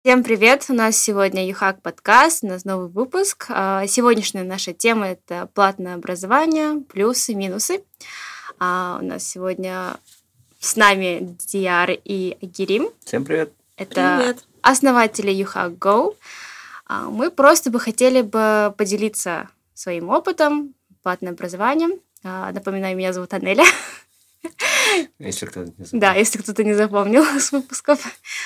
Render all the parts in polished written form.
Всем привет! У нас сегодня ЮХАК подкаст, у нас новый выпуск. Сегодняшняя наша тема – это платное образование, плюсы, минусы. У нас сегодня с нами Дияр и Агирим. Всем привет! Это основатели ЮХАК Go. Мы просто бы хотели бы поделиться своим опытом, платным образованием. Напоминаю, меня зовут Анеля. Если кто-то не запомнил. Да, если кто-то не запомнил с выпусков.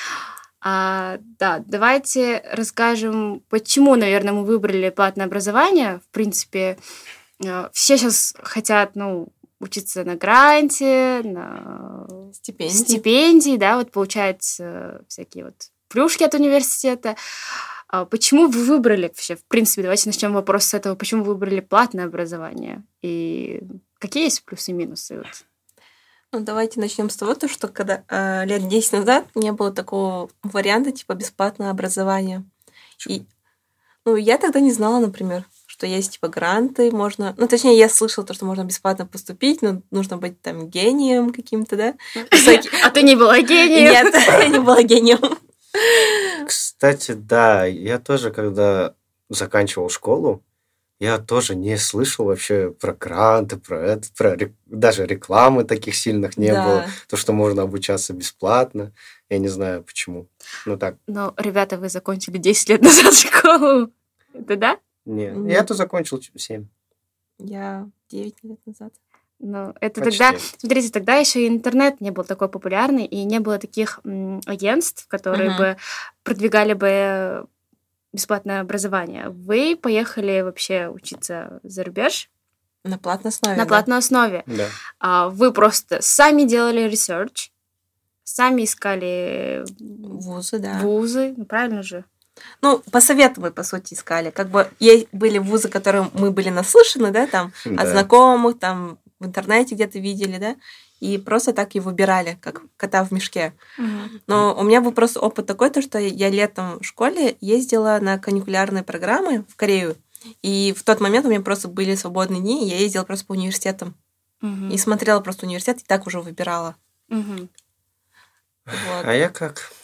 Давайте расскажем, почему, наверное, мы выбрали платное образование. В принципе, все сейчас хотят, учиться на гранте, на стипендии, да, вот получаются всякие вот плюшки от университета. Почему вы выбрали вообще, в принципе, давайте начнем вопрос с этого, почему вы выбрали платное образование и какие есть плюсы и минусы? Вот. Давайте начнем с того, что когда лет 10 назад не было такого варианта типа бесплатное образование. И, я тогда не знала, например, что есть типа гранты, можно... точнее, я слышала то, что можно бесплатно поступить, но нужно быть там гением каким-то, да? А ты не была гением? Нет, я не была гением. Кстати, да, я тоже, когда заканчивал школу, я тоже не слышал вообще про гранты, даже рекламы таких сильных не было. То, что можно обучаться бесплатно. Я не знаю, почему. Так. Но, ребята, вы закончили 10 лет назад школу. Это да? Нет, я-то закончил 7. Я 9 лет назад. Это почти. Тогда, смотрите, тогда еще и интернет не был такой популярный, и не было таких агентств, которые бы продвигали бы бесплатное образование. Вы поехали вообще учиться за рубеж? На платной основе. На платной основе. Да. Вы просто сами делали ресерч, сами искали вузы, да. Вузы, правильно же? По совету мы, по сути, искали. Были вузы, которые мы были наслышаны, да, там, от знакомых, там, в интернете где-то видели, да, и просто так и выбирали, как кота в мешке. Но у меня был просто опыт такой, то, что я летом в школе ездила на каникулярные программы в Корею, и в тот момент у меня просто были свободные дни, и я ездила просто по университетам. И смотрела просто университет, и так уже выбирала. Вот. А я как?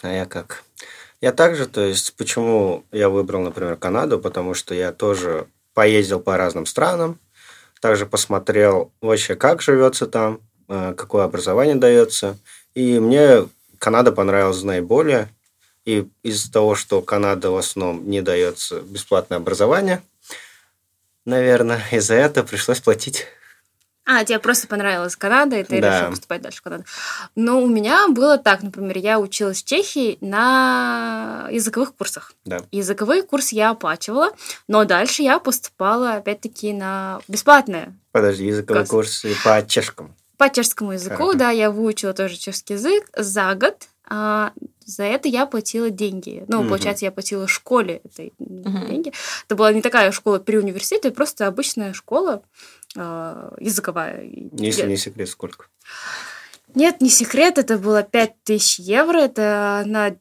Я также, то есть, почему я выбрал, например, Канаду, потому что я тоже поездил по разным странам, также посмотрел вообще, как живется там, какое образование дается. И мне Канада понравилась наиболее. И из-за того, что Канада в основном не дается бесплатное образование, наверное, из-за этого пришлось платить. Тебе просто понравилась Канада, и ты решил поступать дальше в Канаду. Но у меня было так, например, я училась в Чехии на языковых курсах. Да. Языковые курсы я оплачивала, но дальше я поступала, опять-таки, на бесплатные. Подожди, языковые курсы по чешскому? По чешскому языку, да, я выучила тоже чешский язык за год. За это я платила деньги. Получается, я платила школе этой деньги. Это была не такая школа при университете, просто обычная школа языковая. Если не секрет, сколько? Нет, не секрет, это было 5000 евро, это на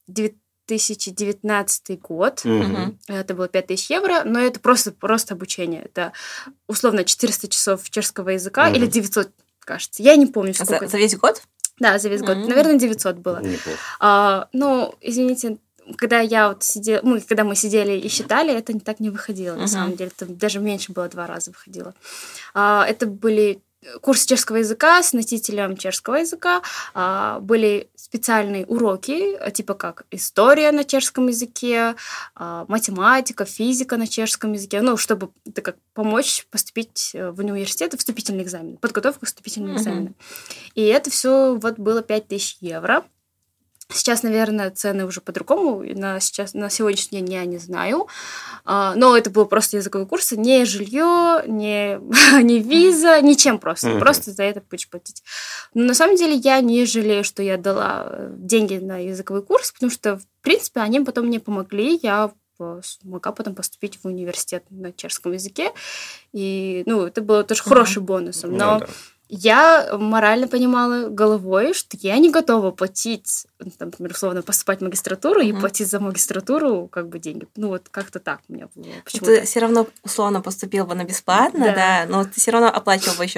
2019 год. Это было 5000 евро, но это просто обучение. Это условно 400 часов чешского языка или 900, кажется. Я не помню, сколько. За весь год? Да, за весь год. Наверное, 900 было. Неплохо. Извините, когда когда мы сидели и считали, это так не выходило, на самом деле. Это даже меньше было, 2 раза выходило. Это были курсы чешского языка с носителем чешского языка. Были специальные уроки, типа как история на чешском языке, математика, физика на чешском языке, чтобы помочь поступить в университет, вступительный экзамен, подготовка к вступительным экзаменам. И это все было 5000 евро. Сейчас, наверное, цены уже по-другому. На сегодняшний день я не знаю. Но это был просто языковой курс. Не жилье, не виза, ничем просто. Просто за это будешь платить. Но на самом деле я не жалею, что я дала деньги на языковой курс, потому что, в принципе, они потом мне помогли. Я смогла потом поступить в университет на чешском языке. И, это было тоже хорошим бонусом. Но я морально понимала головой, что я не готова платить, например, условно, поступать в магистратуру и платить за магистратуру деньги. Как-то так у меня было. Ты все равно условно поступил бы на бесплатно, да, но ты все равно оплачивал бы еще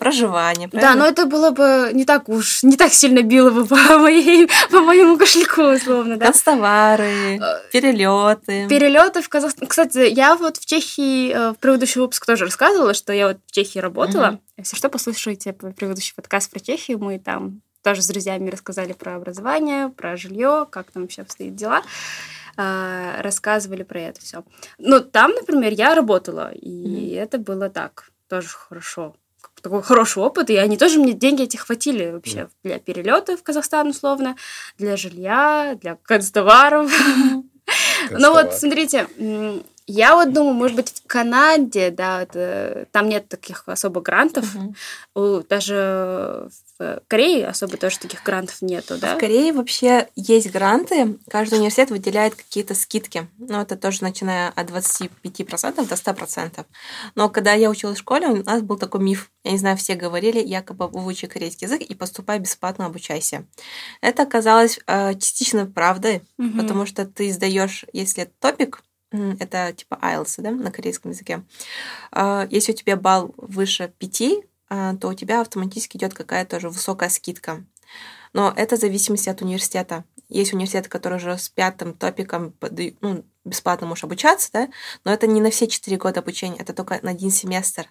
проживание, правильно? Да, но это было бы не так сильно било бы по моему кошельку, условно, да. Канцтовары, перелеты. Перелеты в Казахстан. Кстати, я вот в Чехии в предыдущий выпуск тоже рассказывала, что я вот в Чехии работала. Если что, послушайте предыдущий подкаст про Чехию, мы там тоже с друзьями рассказали про образование, про жилье, как там вообще обстоят дела. Рассказывали про это все. Но там, например, я работала, и это было так, тоже хорошо. Такой хороший опыт, и они тоже, мне деньги эти хватили вообще для перелета в Казахстан, условно, для жилья, для канцтоваров. Ну вот, смотрите, я вот думаю, может быть, в Канаде, да, там нет таких особо грантов, даже в Корее особо тоже таких грантов нету, да? В Корее вообще есть гранты, каждый университет выделяет какие-то скидки, но это тоже начиная от 25% до 100%. Но когда я училась в школе, у нас был такой миф, я не знаю, все говорили, якобы выучи корейский язык и поступай бесплатно, обучайся. Это оказалось частично правдой, потому что ты сдаешь, если топик, это типа IELTS, да, на корейском языке. Если у тебя балл выше 5, то у тебя автоматически идет какая-то тоже высокая скидка. Но это в зависимости от университета. Есть университеты, которые уже с 5 топиком бесплатно можешь обучаться, да, но это не на все 4 года обучения, это только на 1 семестр.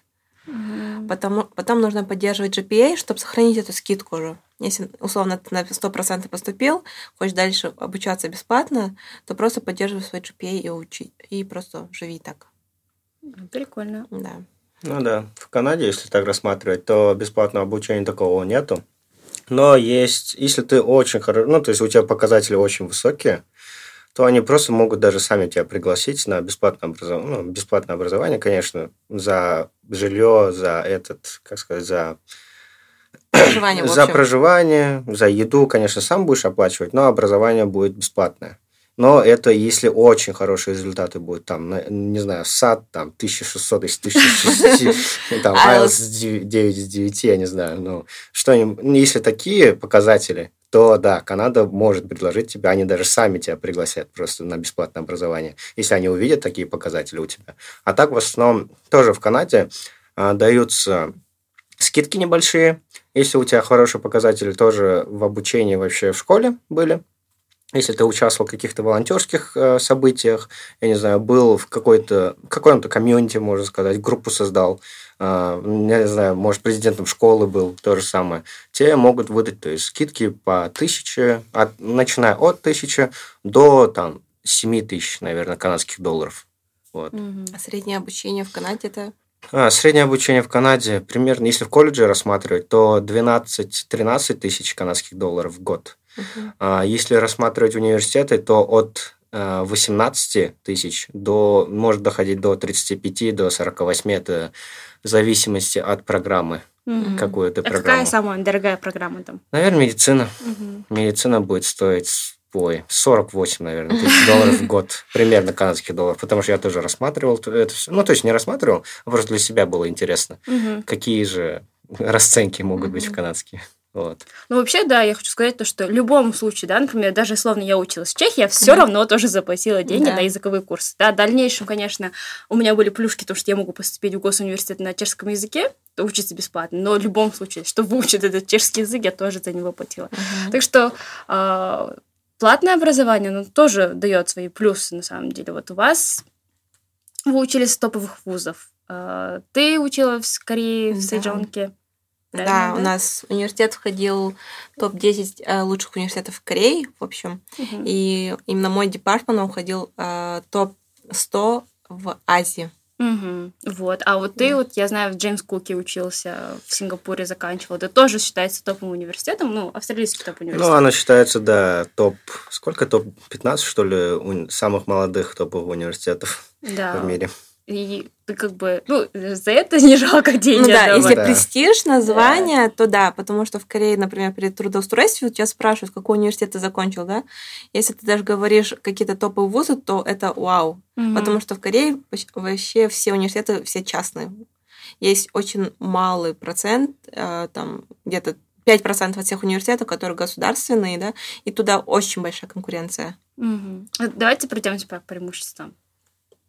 Потом нужно поддерживать GPA, чтобы сохранить эту скидку уже. Если, условно, ты на 100% поступил, хочешь дальше обучаться бесплатно, то просто поддерживай свой GPA и учи, и просто живи так. Прикольно. Да. Ну да, в Канаде, если так рассматривать, то бесплатного обучения такого нету. Но есть, если ты очень хорошо, то есть у тебя показатели очень высокие, то они просто могут даже сами тебя пригласить на бесплатное образование, конечно, за жилье, за за проживание, за проживание, за еду, конечно, сам будешь оплачивать, но образование будет бесплатное. Но это если очень хорошие результаты будут, там, не знаю, САТ, там, 1600 из 1060, там, IELTS 9 из 9, я не знаю, если такие показатели, то да, Канада может предложить тебе, они даже сами тебя пригласят просто на бесплатное образование, если они увидят такие показатели у тебя. А так, в основном, тоже в Канаде даются скидки небольшие, если у тебя хорошие показатели тоже в обучении вообще в школе были. Если ты участвовал в каких-то волонтерских событиях, я не знаю, был в каком-то комьюнити, можно сказать, группу создал, я не знаю, может, президентом школы был, то же самое, тебе могут выдать, то есть, скидки по 1000, начиная от 1000 до 7000, наверное, канадских долларов. Вот. А среднее обучение в Канаде это? Среднее обучение в Канаде примерно, если в колледже рассматривать, то 12-13 тысяч канадских долларов в год. Если рассматривать университеты, то от 18 тысяч может доходить до 35, до 48. Это в зависимости от программы. Какую ты программу. Какая самая дорогая программа там? Наверное, медицина. Медицина будет стоить 48, наверное, тысяч долларов в год. Примерно канадских долларов. Потому что я тоже рассматривал это все. То есть не рассматривал, а просто для себя было интересно, какие же расценки могут быть в канадские. Вот. Ну, вообще, да, я хочу сказать то, что в любом случае, да, например, даже словно я училась в Чехии, я все равно тоже заплатила деньги на языковые курсы. Да, в дальнейшем, конечно, у меня были плюшки, потому что я могу поступить в госуниверситет на чешском языке, учиться бесплатно, но в любом случае, чтобы выучить этот чешский язык, я тоже за него платила. Так что платное образование, тоже дает свои плюсы, на самом деле. Вот у вас вы учились в топовых вузов. Ты училась в Корее, в Сэджонке. Да, у нас университет входил в топ-10 лучших университетов в Корее, в общем. И именно мой департамент уходил в топ-100 в Азии. Вот. А вот ты, я знаю, в Джеймс Куке учился, в Сингапуре заканчивал. Это тоже считается топовым университетом, австралийский топ-университет. Оно считается, да, топ-15, что ли, самых молодых топовых университетов в мире. И ты за это не жалко денег. Если престиж, название, то да, потому что в Корее, например, при трудоустройстве у тебя спрашивают, какой университет ты закончил, да? Если ты даже говоришь какие-то топовые вузы, то это вау. Потому что в Корее вообще все университеты, все частные. Есть очень малый процент, там где-то 5% от всех университетов, которые государственные, да, и туда очень большая конкуренция. Давайте пройдемся по преимуществам.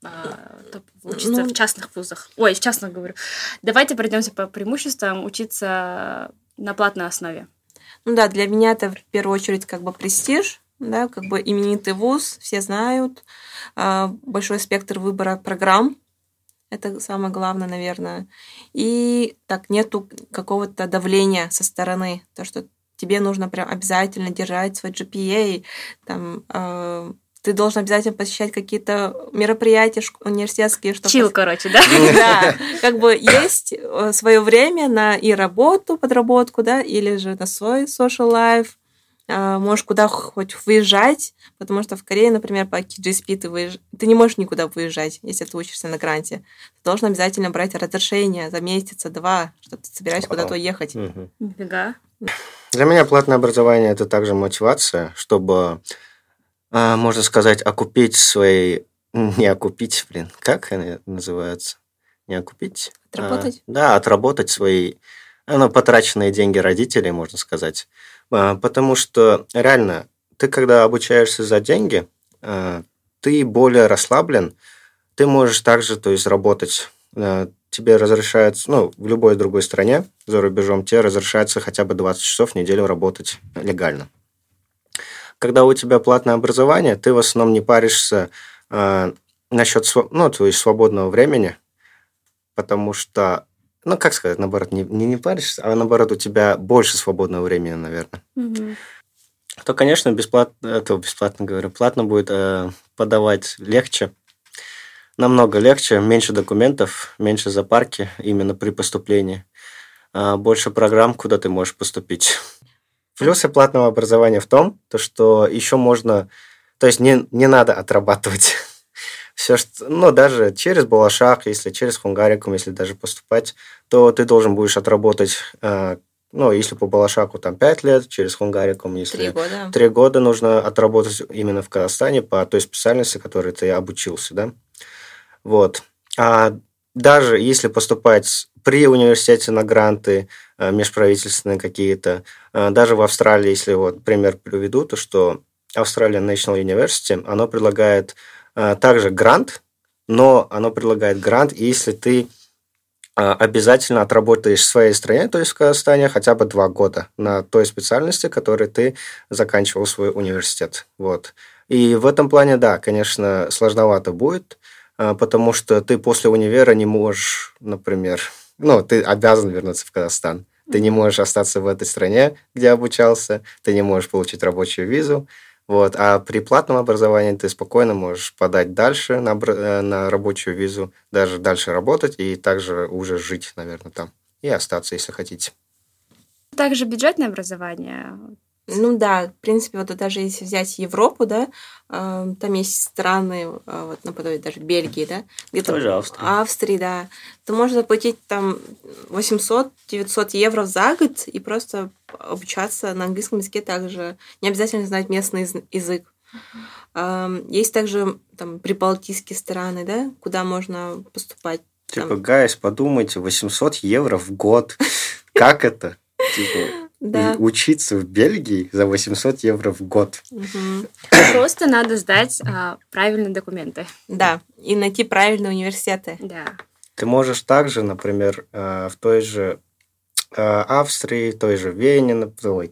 учиться в частных вузах. Ой, в частных говорю. Давайте пройдемся по преимуществам учиться на платной основе. Ну да, для меня это в первую очередь как бы престиж, да, как бы именитый вуз, все знают, большой спектр выбора программ, это самое главное, наверное. И так нету какого-то давления со стороны, то, что тебе нужно прям обязательно держать свой GPA, там, ты должен обязательно посещать какие-то мероприятия университетские. Чил, короче, да? Да, как бы есть свое время на и работу, подработку, да, или же на свой social life. Можешь куда хоть выезжать, потому что в Корее, например, по KGSP ты не можешь никуда выезжать, если ты учишься на гранте. Ты должен обязательно брать разрешение за месяца-два, что ты собираешься куда-то уехать. Нифига. Для меня платное образование – это также мотивация, чтобы, можно сказать, окупить свои... Не окупить, как они называются? Не окупить? Отработать? Да, отработать свои потраченные деньги родителей, можно сказать. Потому что реально, ты когда обучаешься за деньги, ты более расслаблен, ты можешь также, то есть, работать. Тебе разрешается, в любой другой стране за рубежом, тебе разрешается хотя бы 20 часов в неделю работать легально. Когда у тебя платное образование, ты в основном не паришься насчет то есть свободного времени, потому что, как сказать, наоборот, не паришься, а наоборот, у тебя больше свободного времени, наверное. То, конечно, платно будет подавать легче, намного легче, меньше документов, меньше запарки именно при поступлении, больше программ, куда ты можешь поступить. Плюсы платного образования в том, что еще можно, то есть не надо отрабатывать все, что, даже через Балашах, если через Хунгарикум, если даже поступать, то ты должен будешь отработать, если по Балашаку там 5 лет, через Хунгарикум, если 3 года. 3 года нужно отработать именно в Казахстане по той специальности, которой ты обучился, да. Вот. А даже если поступать при университете на гранты, межправительственные какие-то, даже в Австралии, если пример приведу, то что Australian National University, оно предлагает также грант, но оно предлагает грант, если ты обязательно отработаешь в своей стране, то есть в Казахстане, хотя бы 2 года на той специальности, которой ты заканчивал свой университет. Вот. И в этом плане, да, конечно, сложновато будет, потому что ты после универа не можешь, например, ты обязан вернуться в Казахстан. Ты не можешь остаться в этой стране, где обучался, ты не можешь получить рабочую визу. Вот. А при платном образовании ты спокойно можешь подать дальше на рабочую визу, даже дальше работать и также уже жить, наверное, там. И остаться, если хотите. Также бюджетное образование. Ну да, в принципе, вот даже если взять Европу, да, там есть страны, наподобие даже Бельгии, да, где-то тоже Австрии, да, то можно заплатить там 800-900 евро за год и просто обучаться на английском языке также. Не обязательно знать местный язык. Есть также там прибалтийские страны, да, куда можно поступать. Гайс, подумайте, 800 евро в год. Как это? Да. Учиться в Бельгии за 800 евро в год. Просто надо сдать правильные документы. Да, и найти правильные университеты. Да. Ты можешь также, например, в той же Австрии, той же Вене,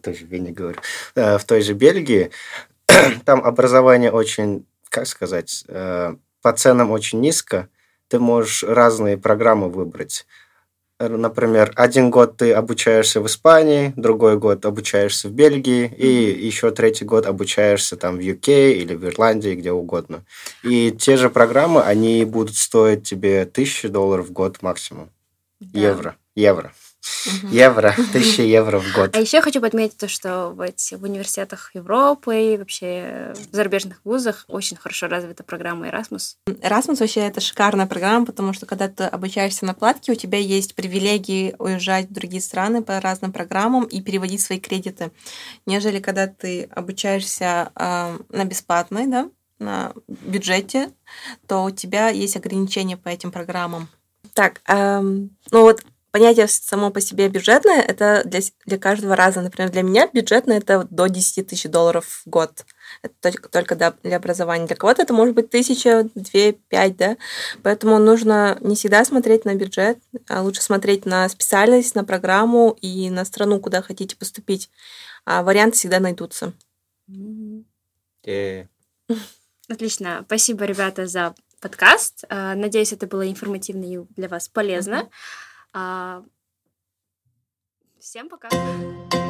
в той же Бельгии, там образование очень, как сказать, по ценам очень низко. Ты можешь разные программы выбрать. Например, 1 год ты обучаешься в Испании, другой год обучаешься в Бельгии, и еще 3-й год обучаешься там в UK или в Ирландии, где угодно. И те же программы, они будут стоить тебе $1000 в год максимум. Да. Евро. Евро, 1000 евро в год. А еще хочу подметить то, что в университетах Европы и вообще в зарубежных вузах очень хорошо развита программа Erasmus. Erasmus вообще это шикарная программа, потому что когда ты обучаешься на платке, у тебя есть привилегии уезжать в другие страны по разным программам и переводить свои кредиты, нежели когда ты обучаешься на бесплатной, да, на бюджете, то у тебя есть ограничения по этим программам. Так, понятие само по себе бюджетное, это для каждого раза. Например, для меня бюджетное это до 10 тысяч долларов в год. Это только для образования. Для кого-то это может быть 1000, 2, 5, да? Поэтому нужно не всегда смотреть на бюджет, а лучше смотреть на специальность, на программу и на страну, куда хотите поступить. А варианты всегда найдутся. Отлично. Спасибо, ребята, за подкаст. Надеюсь, это было информативно и для вас полезно. Всем пока.